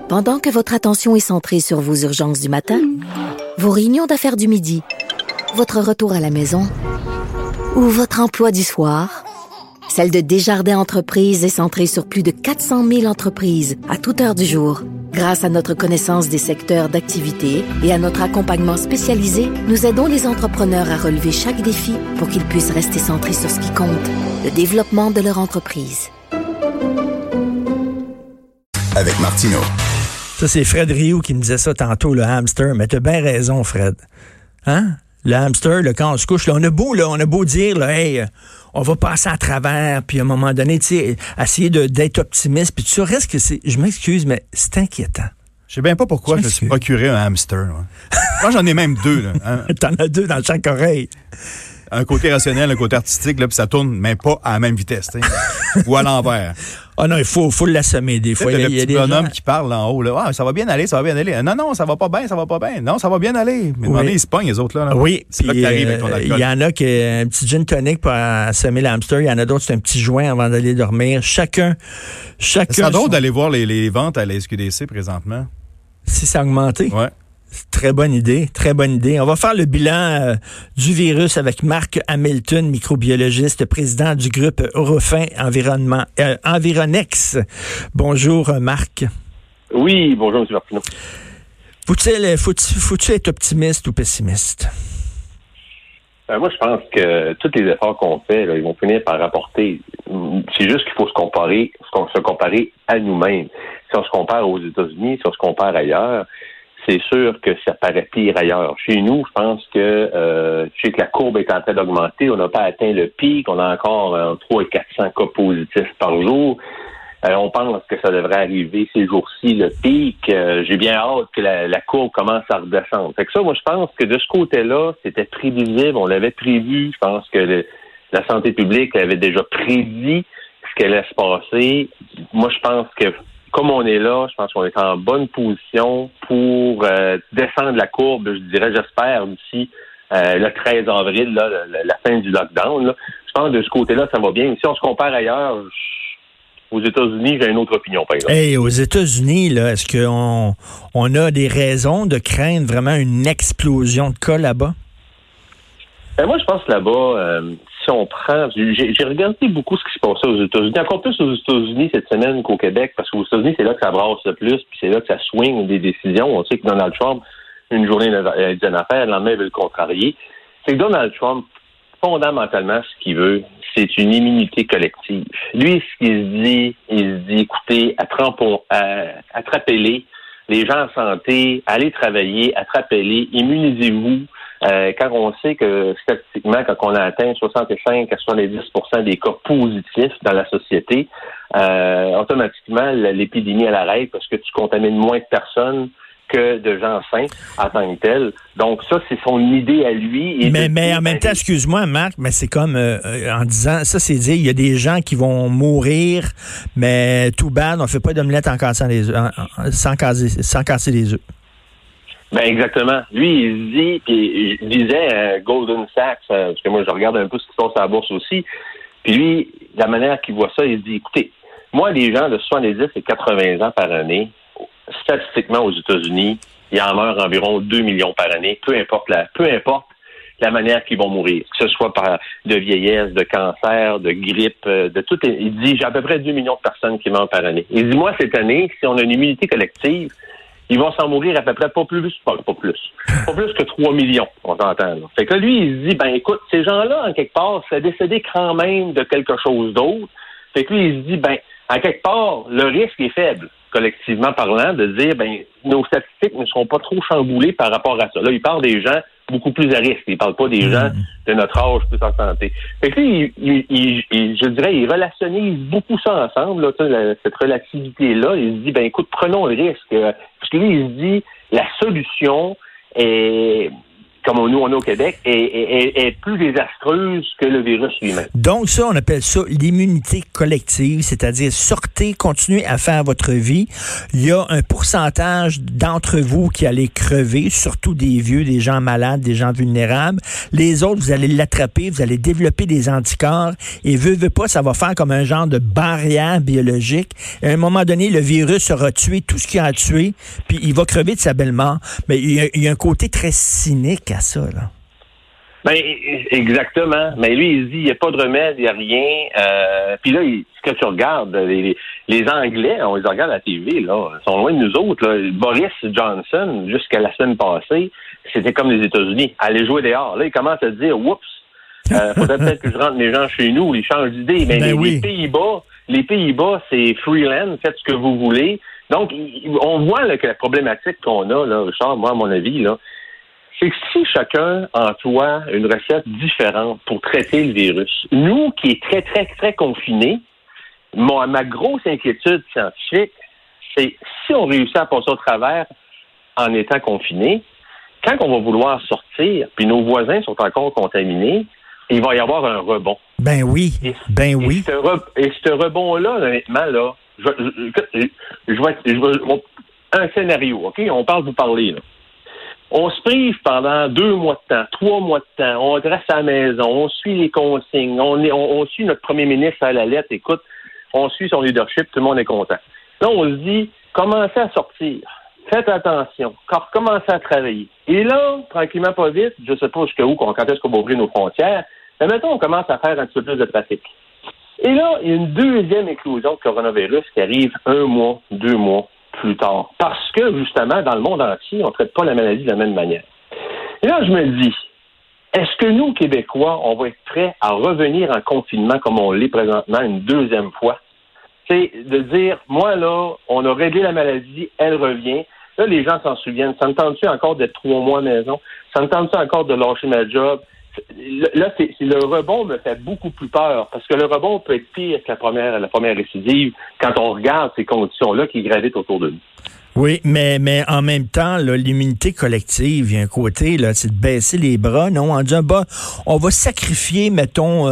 Pendant que votre attention est centrée sur vos urgences du matin, vos réunions d'affaires du midi, votre retour à la maison ou votre emploi du soir, celle de Desjardins Entreprises est centrée sur plus de 400 000 entreprises à toute heure du jour. Grâce à notre connaissance des secteurs d'activité et à notre accompagnement spécialisé, nous aidons les entrepreneurs à relever chaque défi pour qu'ils puissent rester centrés sur ce qui compte, le développement de leur entreprise. Avec Martineau. Ça, c'est Fred Rioux qui me disait ça tantôt, le hamster. Mais t'as bien raison, Fred. Hein? Le hamster, là, quand on se couche, là, on a beau dire, là, hey, on va passer à travers, puis à un moment donné, tu sais, essayer d'être optimiste, puis tout ça, reste que je m'excuse, mais c'est inquiétant. Je sais bien pas pourquoi je me suis procuré un hamster. Moi, j'en ai même deux. Là, hein. T'en as deux dans chaque oreille. Un côté rationnel, un côté artistique, là, puis ça tourne même pas à la même vitesse, ou à l'envers. Ah non, il faut l'assommer des fois. Il y a le petit bonhomme gens qui parle en haut, là. Ah, ça va bien aller, ça va bien aller. Non, ça va pas bien. Non, ça va bien aller. Mais oui. Ils se pognent, les autres, là. Oui, c'est là que t'arrives avec ton alcool. Il y en a qui un petit gin tonic pour assommer l'hamster. Il y en a d'autres, c'est un petit joint avant d'aller dormir. Chacun. C'est drôle d'aller voir les ventes à la SQDC présentement. Si ça a augmenté? Ouais. Très bonne idée, très bonne idée. On va faire le bilan du virus avec Marc Hamilton, microbiologiste, président du groupe Eurofin Environex. Bonjour, Marc. Oui, bonjour, M. Martineau. Faut-tu être optimiste ou pessimiste? Moi, je pense que tous les efforts qu'on fait, là, ils vont finir par rapporter. C'est juste qu'il faut se comparer à nous-mêmes. Si on se compare aux États-Unis, si on se compare ailleurs, c'est sûr que ça paraît pire ailleurs. Chez nous, je pense que je sais que la courbe est en train d'augmenter. On n'a pas atteint le pic. On a encore 300 et 400 cas positifs par jour. On pense que ça devrait arriver ces jours-ci, le pic. J'ai bien hâte que la courbe commence à redescendre. Fait que ça, moi, je pense que de ce côté-là, c'était prévisible. On l'avait prévu. Je pense que la santé publique avait déjà prédit ce qu'elle allait se passer. Moi, je pense que comme on est là, je pense qu'on est en bonne position pour descendre la courbe, je dirais, j'espère, d'ici le 13 avril, là, la fin du lockdown. Là. Je pense que de ce côté-là, ça va bien. Si on se compare ailleurs, aux États-Unis, j'ai une autre opinion, par exemple. Hey, aux États-Unis, là, est-ce qu'on a des raisons de craindre vraiment une explosion de cas là-bas? Moi, je pense que là-bas, si on prend... J'ai regardé beaucoup ce qui se passait aux États-Unis, encore plus aux États-Unis cette semaine qu'au Québec, parce qu'aux États-Unis, c'est là que ça brasse le plus, puis c'est là que ça swing des décisions. On sait que Donald Trump, une journée, il dit une affaire, le lendemain, il veut le contrarier. C'est que Donald Trump, fondamentalement, ce qu'il veut, c'est une immunité collective. Lui, ce qu'il se dit, écoutez, attrapez-les, les gens en santé, allez travailler, attrapez-les, immunisez-vous. Quand on sait que statistiquement, quand on a atteint 65 à 70% des cas positifs dans la société, automatiquement, l'épidémie, elle arrête parce que tu contamines moins de personnes que de gens sains en tant que tels. Donc ça, c'est son idée à lui. Et mais en même temps, excuse-moi, Marc, mais c'est comme en disant, ça c'est dire, il y a des gens qui vont mourir, mais tout bad, on fait pas d'omelette en cassant les œufs, sans casser les œufs. Ben exactement. Lui, il se dit, puis je disais Goldman Sachs, parce que moi je regarde un peu ce qui se passe à la bourse aussi, puis lui, la manière qu'il voit ça, il se dit, écoutez, moi les gens de 70 et 80 ans par année, statistiquement aux États-Unis, il en meurt environ 2 millions par année, peu importe la manière qu'ils vont mourir, que ce soit de vieillesse, de cancer, de grippe, de tout. Il dit, j'ai à peu près 2 millions de personnes qui meurent par année. Il dit, moi, cette année, si on a une immunité collective, ils vont s'en mourir à peu près pas plus que 3 millions, on s'entend. Là. Fait que lui, il se dit, ben écoute, ces gens-là, en quelque part, c'est décédé quand même de quelque chose d'autre. Fait que lui, il se dit, ben, en quelque part, le risque est faible, collectivement parlant, de dire, ben, nos statistiques ne seront pas trop chamboulées par rapport à ça. Là, il parle des gens beaucoup plus à risque. Il parle pas des gens de notre âge plus en santé. Fait que lui, je dirais, il relationnise beaucoup ça ensemble, là, cette relativité-là. Il se dit, ben écoute, prenons le risque. Parce que lui, il se dit, la solution est comme nous on est au Québec, est plus désastreuse que le virus lui-même. Donc ça, on appelle ça l'immunité collective, c'est-à-dire sortez, continuez à faire votre vie. Il y a un pourcentage d'entre vous qui allez crever, surtout des vieux, des gens malades, des gens vulnérables. Les autres, vous allez l'attraper, vous allez développer des anticorps et veut pas, ça va faire comme un genre de barrière biologique. Et à un moment donné, le virus aura tué tout ce qu'il a à tuer, puis il va crever de sa belle mort. Mais il y a un côté très cynique à ça, là. Ben, exactement. Mais lui, il dit, il n'y a pas de remède, il n'y a rien. Puis là, ce que tu regardes, les Anglais, on les regarde à la TV, là, sont loin de nous autres, là. Boris Johnson, jusqu'à la semaine passée, c'était comme les États-Unis. Aller jouer dehors. Là, il commence à dire, oups, faudrait peut-être que je rentre les gens chez nous, ils changent d'idée. Mais les Pays-Bas, c'est freelance, faites ce que vous voulez. Donc, on voit là, que la problématique qu'on a, là, Richard, moi, à mon avis, là, c'est que si chacun emploie une recette différente pour traiter le virus, nous qui est très, très, très confinés, ma grosse inquiétude scientifique, c'est si on réussit à passer au travers en étant confinés, quand on va vouloir sortir, puis nos voisins sont encore contaminés, il va y avoir un rebond. Ben oui, Et ce rebond-là, honnêtement, là, je vais un scénario, OK? On parle de vous parler, là. On se prive pendant 2 mois de temps, 3 mois de temps, on reste à la maison, on suit les consignes, on suit notre premier ministre à la lettre, écoute, on suit son leadership, tout le monde est content. Là, on se dit, commencez à sortir, faites attention, commencez à travailler. Et là, tranquillement, pas vite, je sais pas jusqu'à où, quand est-ce qu'on va ouvrir nos frontières, mais mettons, on commence à faire un petit peu plus de trafic. Et là, il y a une deuxième éclosion de coronavirus qui arrive 1 mois, 2 mois plus tard. Parce que, justement, dans le monde entier, on ne traite pas la maladie de la même manière. Et là, je me dis, est-ce que nous, Québécois, on va être prêts à revenir en confinement comme on l'est présentement une deuxième fois? C'est de dire, moi, là, on a réglé la maladie, elle revient. Là, les gens s'en souviennent. Ça me tente-tu encore d'être 3 mois à la maison? Ça me tente-tu encore de lâcher ma job? Là, le rebond me fait beaucoup plus peur, parce que le rebond peut être pire que la première récidive quand on regarde ces conditions-là qui gravitent autour de nous. Oui, mais en même temps, là, l'immunité collective, il y a un côté, là, c'est de baisser les bras, non? En disant, on va sacrifier, mettons,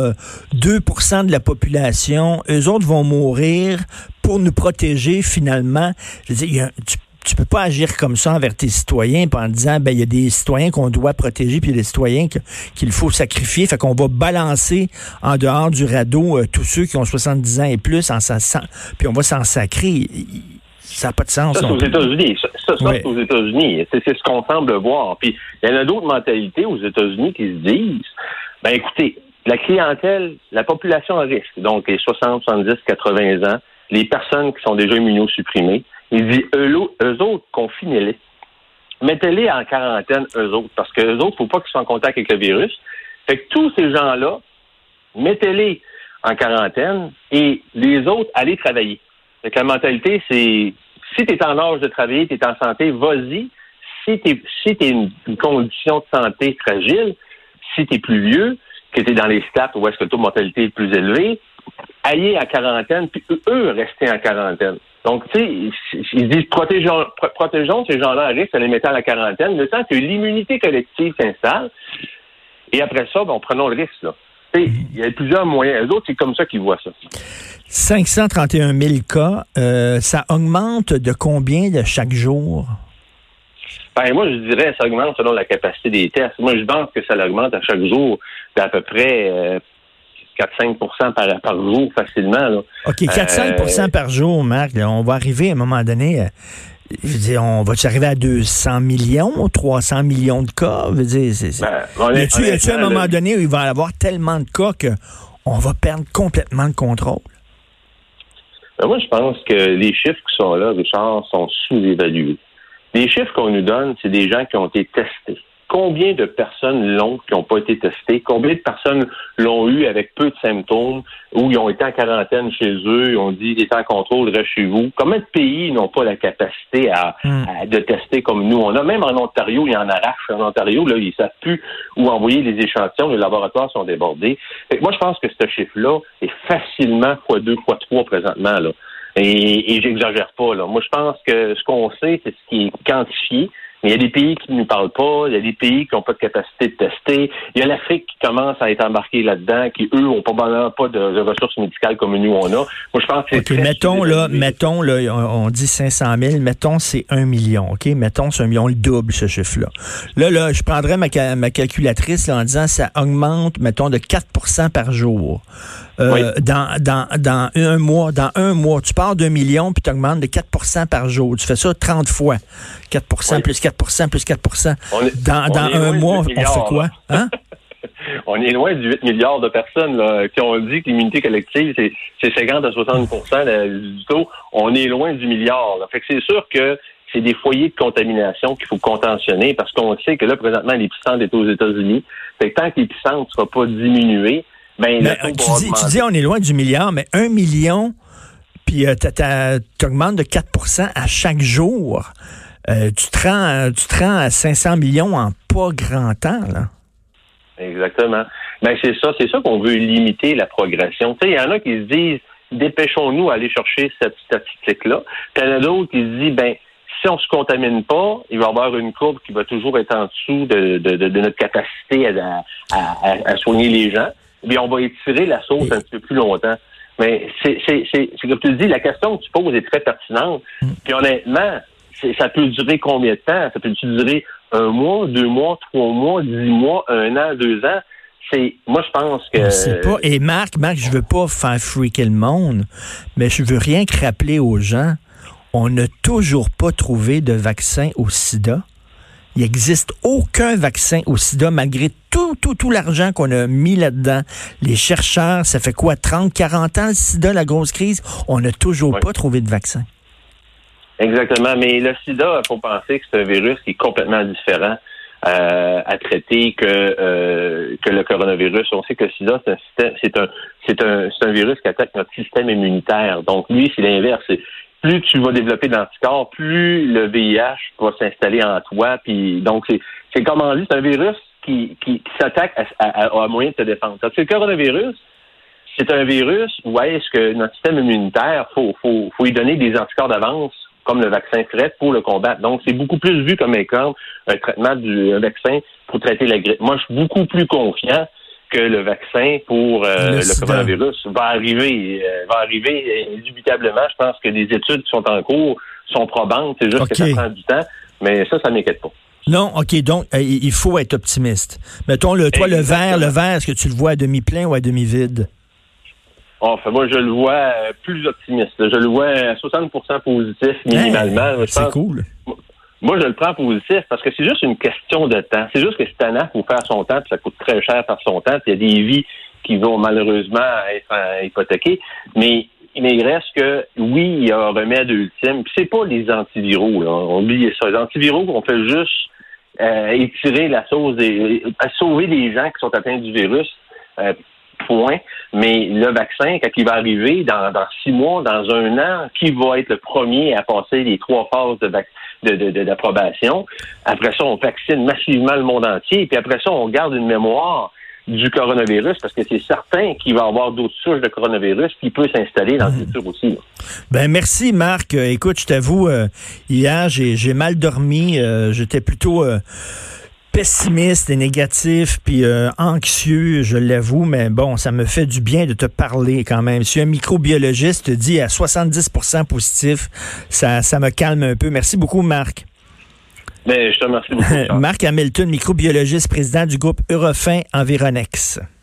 2% de la population, eux autres vont mourir pour nous protéger, finalement. Je veux dire, tu peux pas agir comme ça envers tes citoyens en disant, il y a des citoyens qu'on doit protéger, puis il y a des citoyens qu'il faut sacrifier. Fait qu'on va balancer en dehors du radeau tous ceux qui ont 70 ans et plus, puis on va s'en sacrer. Ça n'a pas de sens. Ça, c'est aux États-Unis. C'est aux États-Unis. C'est ce qu'on semble voir. Puis, il y en a d'autres mentalités aux États-Unis qui se disent, écoutez, la clientèle, la population à risque, donc les 60, 70, 80 ans, les personnes qui sont déjà immunosupprimées, il dit, eux autres, confinez-les. Mettez-les en quarantaine, eux autres, parce qu'eux autres, il ne faut pas qu'ils soient en contact avec le virus. Fait que tous ces gens-là, mettez-les en quarantaine et les autres, allez travailler. Fait que la mentalité, c'est, si tu es en âge de travailler, tu es en santé, vas-y. Si tu es une condition de santé fragile, si tu es plus vieux, que tu es dans les stats où est-ce que le taux de mortalité est plus élevé, allez en quarantaine, puis eux, restez en quarantaine. Donc, tu sais, ils disent protégeons ces gens-là à risque en les mettant à la quarantaine, le temps que l'immunité collective s'installe. Et après ça, prenons le risque, là. Il y a plusieurs moyens. Eux autres, c'est comme ça qu'ils voient ça. 531 000 cas, ça augmente de combien de chaque jour? Moi, je dirais ça augmente selon la capacité des tests. Moi, je pense que ça augmente à chaque jour d'à peu près 4-5% par jour facilement. Là. OK, 4-5% par jour, Marc. Là, on va arriver à un moment donné, on va-tu arriver à 200 millions, 300 millions de cas? Y a-tu un moment donné où il va y avoir tellement de cas qu'on va perdre complètement le contrôle? Moi, je pense que les chiffres qui sont là, Richard, sont sous-évalués. Les chiffres qu'on nous donne, c'est des gens qui ont été testés. Combien de personnes l'ont qui n'ont pas été testées? Combien de personnes l'ont eu avec peu de symptômes ou ils ont été en quarantaine chez eux, ils ont dit « il est en contrôle, reste chez vous ». Combien de pays n'ont pas la capacité de tester comme nous? On a même en Ontario, ils en arrachent. En Ontario, là, ils ne savent plus où envoyer les échantillons, les laboratoires sont débordés. Moi, je pense que ce chiffre-là est facilement x2, x3 présentement, là. Et j'exagère pas, là. Moi, je pense que ce qu'on sait, c'est ce qui est quantifié. Mais il y a des pays qui ne nous parlent pas, il y a des pays qui n'ont pas de capacité de tester. Il y a l'Afrique qui commence à être embarquée là-dedans, qui, eux, n'ont probablement pas de ressources médicales comme nous, on a. Moi, je pense que c'est mettons, on dit 500 000, mettons, c'est 1 million, OK? Mettons, c'est 1 million, le double, ce chiffre-là. Là, je prendrais ma calculatrice là, en disant ça augmente, mettons, de 4 % par jour. Oui. Dans un mois, tu pars d'1 million puis tu augmentes de 4 % par jour. Tu fais ça 30 fois. 4 % plus 4 % plus 4 % Dans un mois, on fait quoi? Hein? On est loin du 8 milliards de personnes là, qui ont dit que l'immunité collective, c'est 50 à 60 % du taux. On est loin du milliard. Là. Fait que c'est sûr que c'est des foyers de contamination qu'il faut contentionner parce qu'on sait que là, présentement, l'épicentre est aux États-Unis. Fait que tant que l'épicentre ne sera pas diminué, tu dis on est loin du milliard, mais 1 million, puis tu augmentes de 4 % à chaque jour. Tu te rends à 500 millions en pas grand temps, là. Exactement. C'est ça qu'on veut limiter la progression. Tu sais, il y en a qui se disent, dépêchons-nous à aller chercher cette statistique-là. Puis il y en a d'autres qui se disent, si on se contamine pas, il va y avoir une courbe qui va toujours être en dessous de notre capacité à soigner les gens. Bien, on va étirer la sauce un petit peu plus longtemps. Mais c'est comme tu le dis, la question que tu poses est très pertinente. Puis honnêtement, ça peut durer combien de temps? Ça peut durer 1 mois, 2 mois, 3 mois, 10 mois, 1 an, 2 ans? Moi, je pense que... Je sais pas. Et Marc, je veux pas faire freaker le monde, mais je veux rien que rappeler aux gens, on n'a toujours pas trouvé de vaccin au sida. Il n'existe aucun vaccin au sida, malgré tout l'argent qu'on a mis là-dedans. Les chercheurs, ça fait quoi, 30, 40 ans le sida, la grosse crise? On n'a toujours pas trouvé de vaccin. Exactement, mais le sida, il faut penser que c'est un virus qui est complètement différent à traiter que le coronavirus. On sait que le sida, c'est un virus qui attaque notre système immunitaire. Donc, lui, c'est l'inverse. Plus tu vas développer d'anticorps, plus le VIH va s'installer en toi. Puis donc, c'est comment dit, c'est un virus qui s'attaque à moyen de te défendre. Donc, le coronavirus, c'est un virus où est-ce que notre système immunitaire, faut lui donner des anticorps d'avance, comme le vaccin ferait, pour le combattre. Donc, c'est beaucoup plus vu comme un traitement un vaccin pour traiter la grippe. Moi, je suis beaucoup plus confiant que le vaccin pour le coronavirus va arriver indubitablement. Je pense que des études qui sont en cours sont probantes. C'est juste que ça prend du temps, mais ça m'inquiète pas. Non, OK, donc il faut être optimiste. Mettons, toi, le verre, est-ce que tu le vois à demi-plein ou à demi-vide? Moi, je le vois plus optimiste. Je le vois à 60% positif minimalement. C'est cool. Moi, je le prends positif parce que c'est juste une question de temps. C'est juste que c'est tannant pour faire son temps, puis ça coûte très cher faire son temps, puis il y a des vies qui vont malheureusement être hypothéquées. Mais il reste que, oui, il y a un remède ultime. Puis c'est pas les antiviraux, là. On oublie ça. Les antiviraux, on fait juste étirer la sauce, sauver des gens qui sont atteints du virus. Point. Mais le vaccin, quand il va arriver dans 6 mois, dans 1 an, qui va être le premier à passer les 3 phases d'approbation? Après ça, on vaccine massivement le monde entier. Puis après ça, on garde une mémoire du coronavirus parce que c'est certain qu'il va y avoir d'autres souches de coronavirus qui peuvent s'installer dans le futur aussi. Là. Merci, Marc. Écoute, je t'avoue, hier, j'ai mal dormi. J'étais plutôt... pessimiste et négatif, puis anxieux, je l'avoue, mais bon, ça me fait du bien de te parler quand même. Si un microbiologiste te dit à 70% positif, ça me calme un peu. Merci beaucoup, Marc. Je te remercie beaucoup. Marc Hamilton, microbiologiste, président du groupe Eurofin Environex.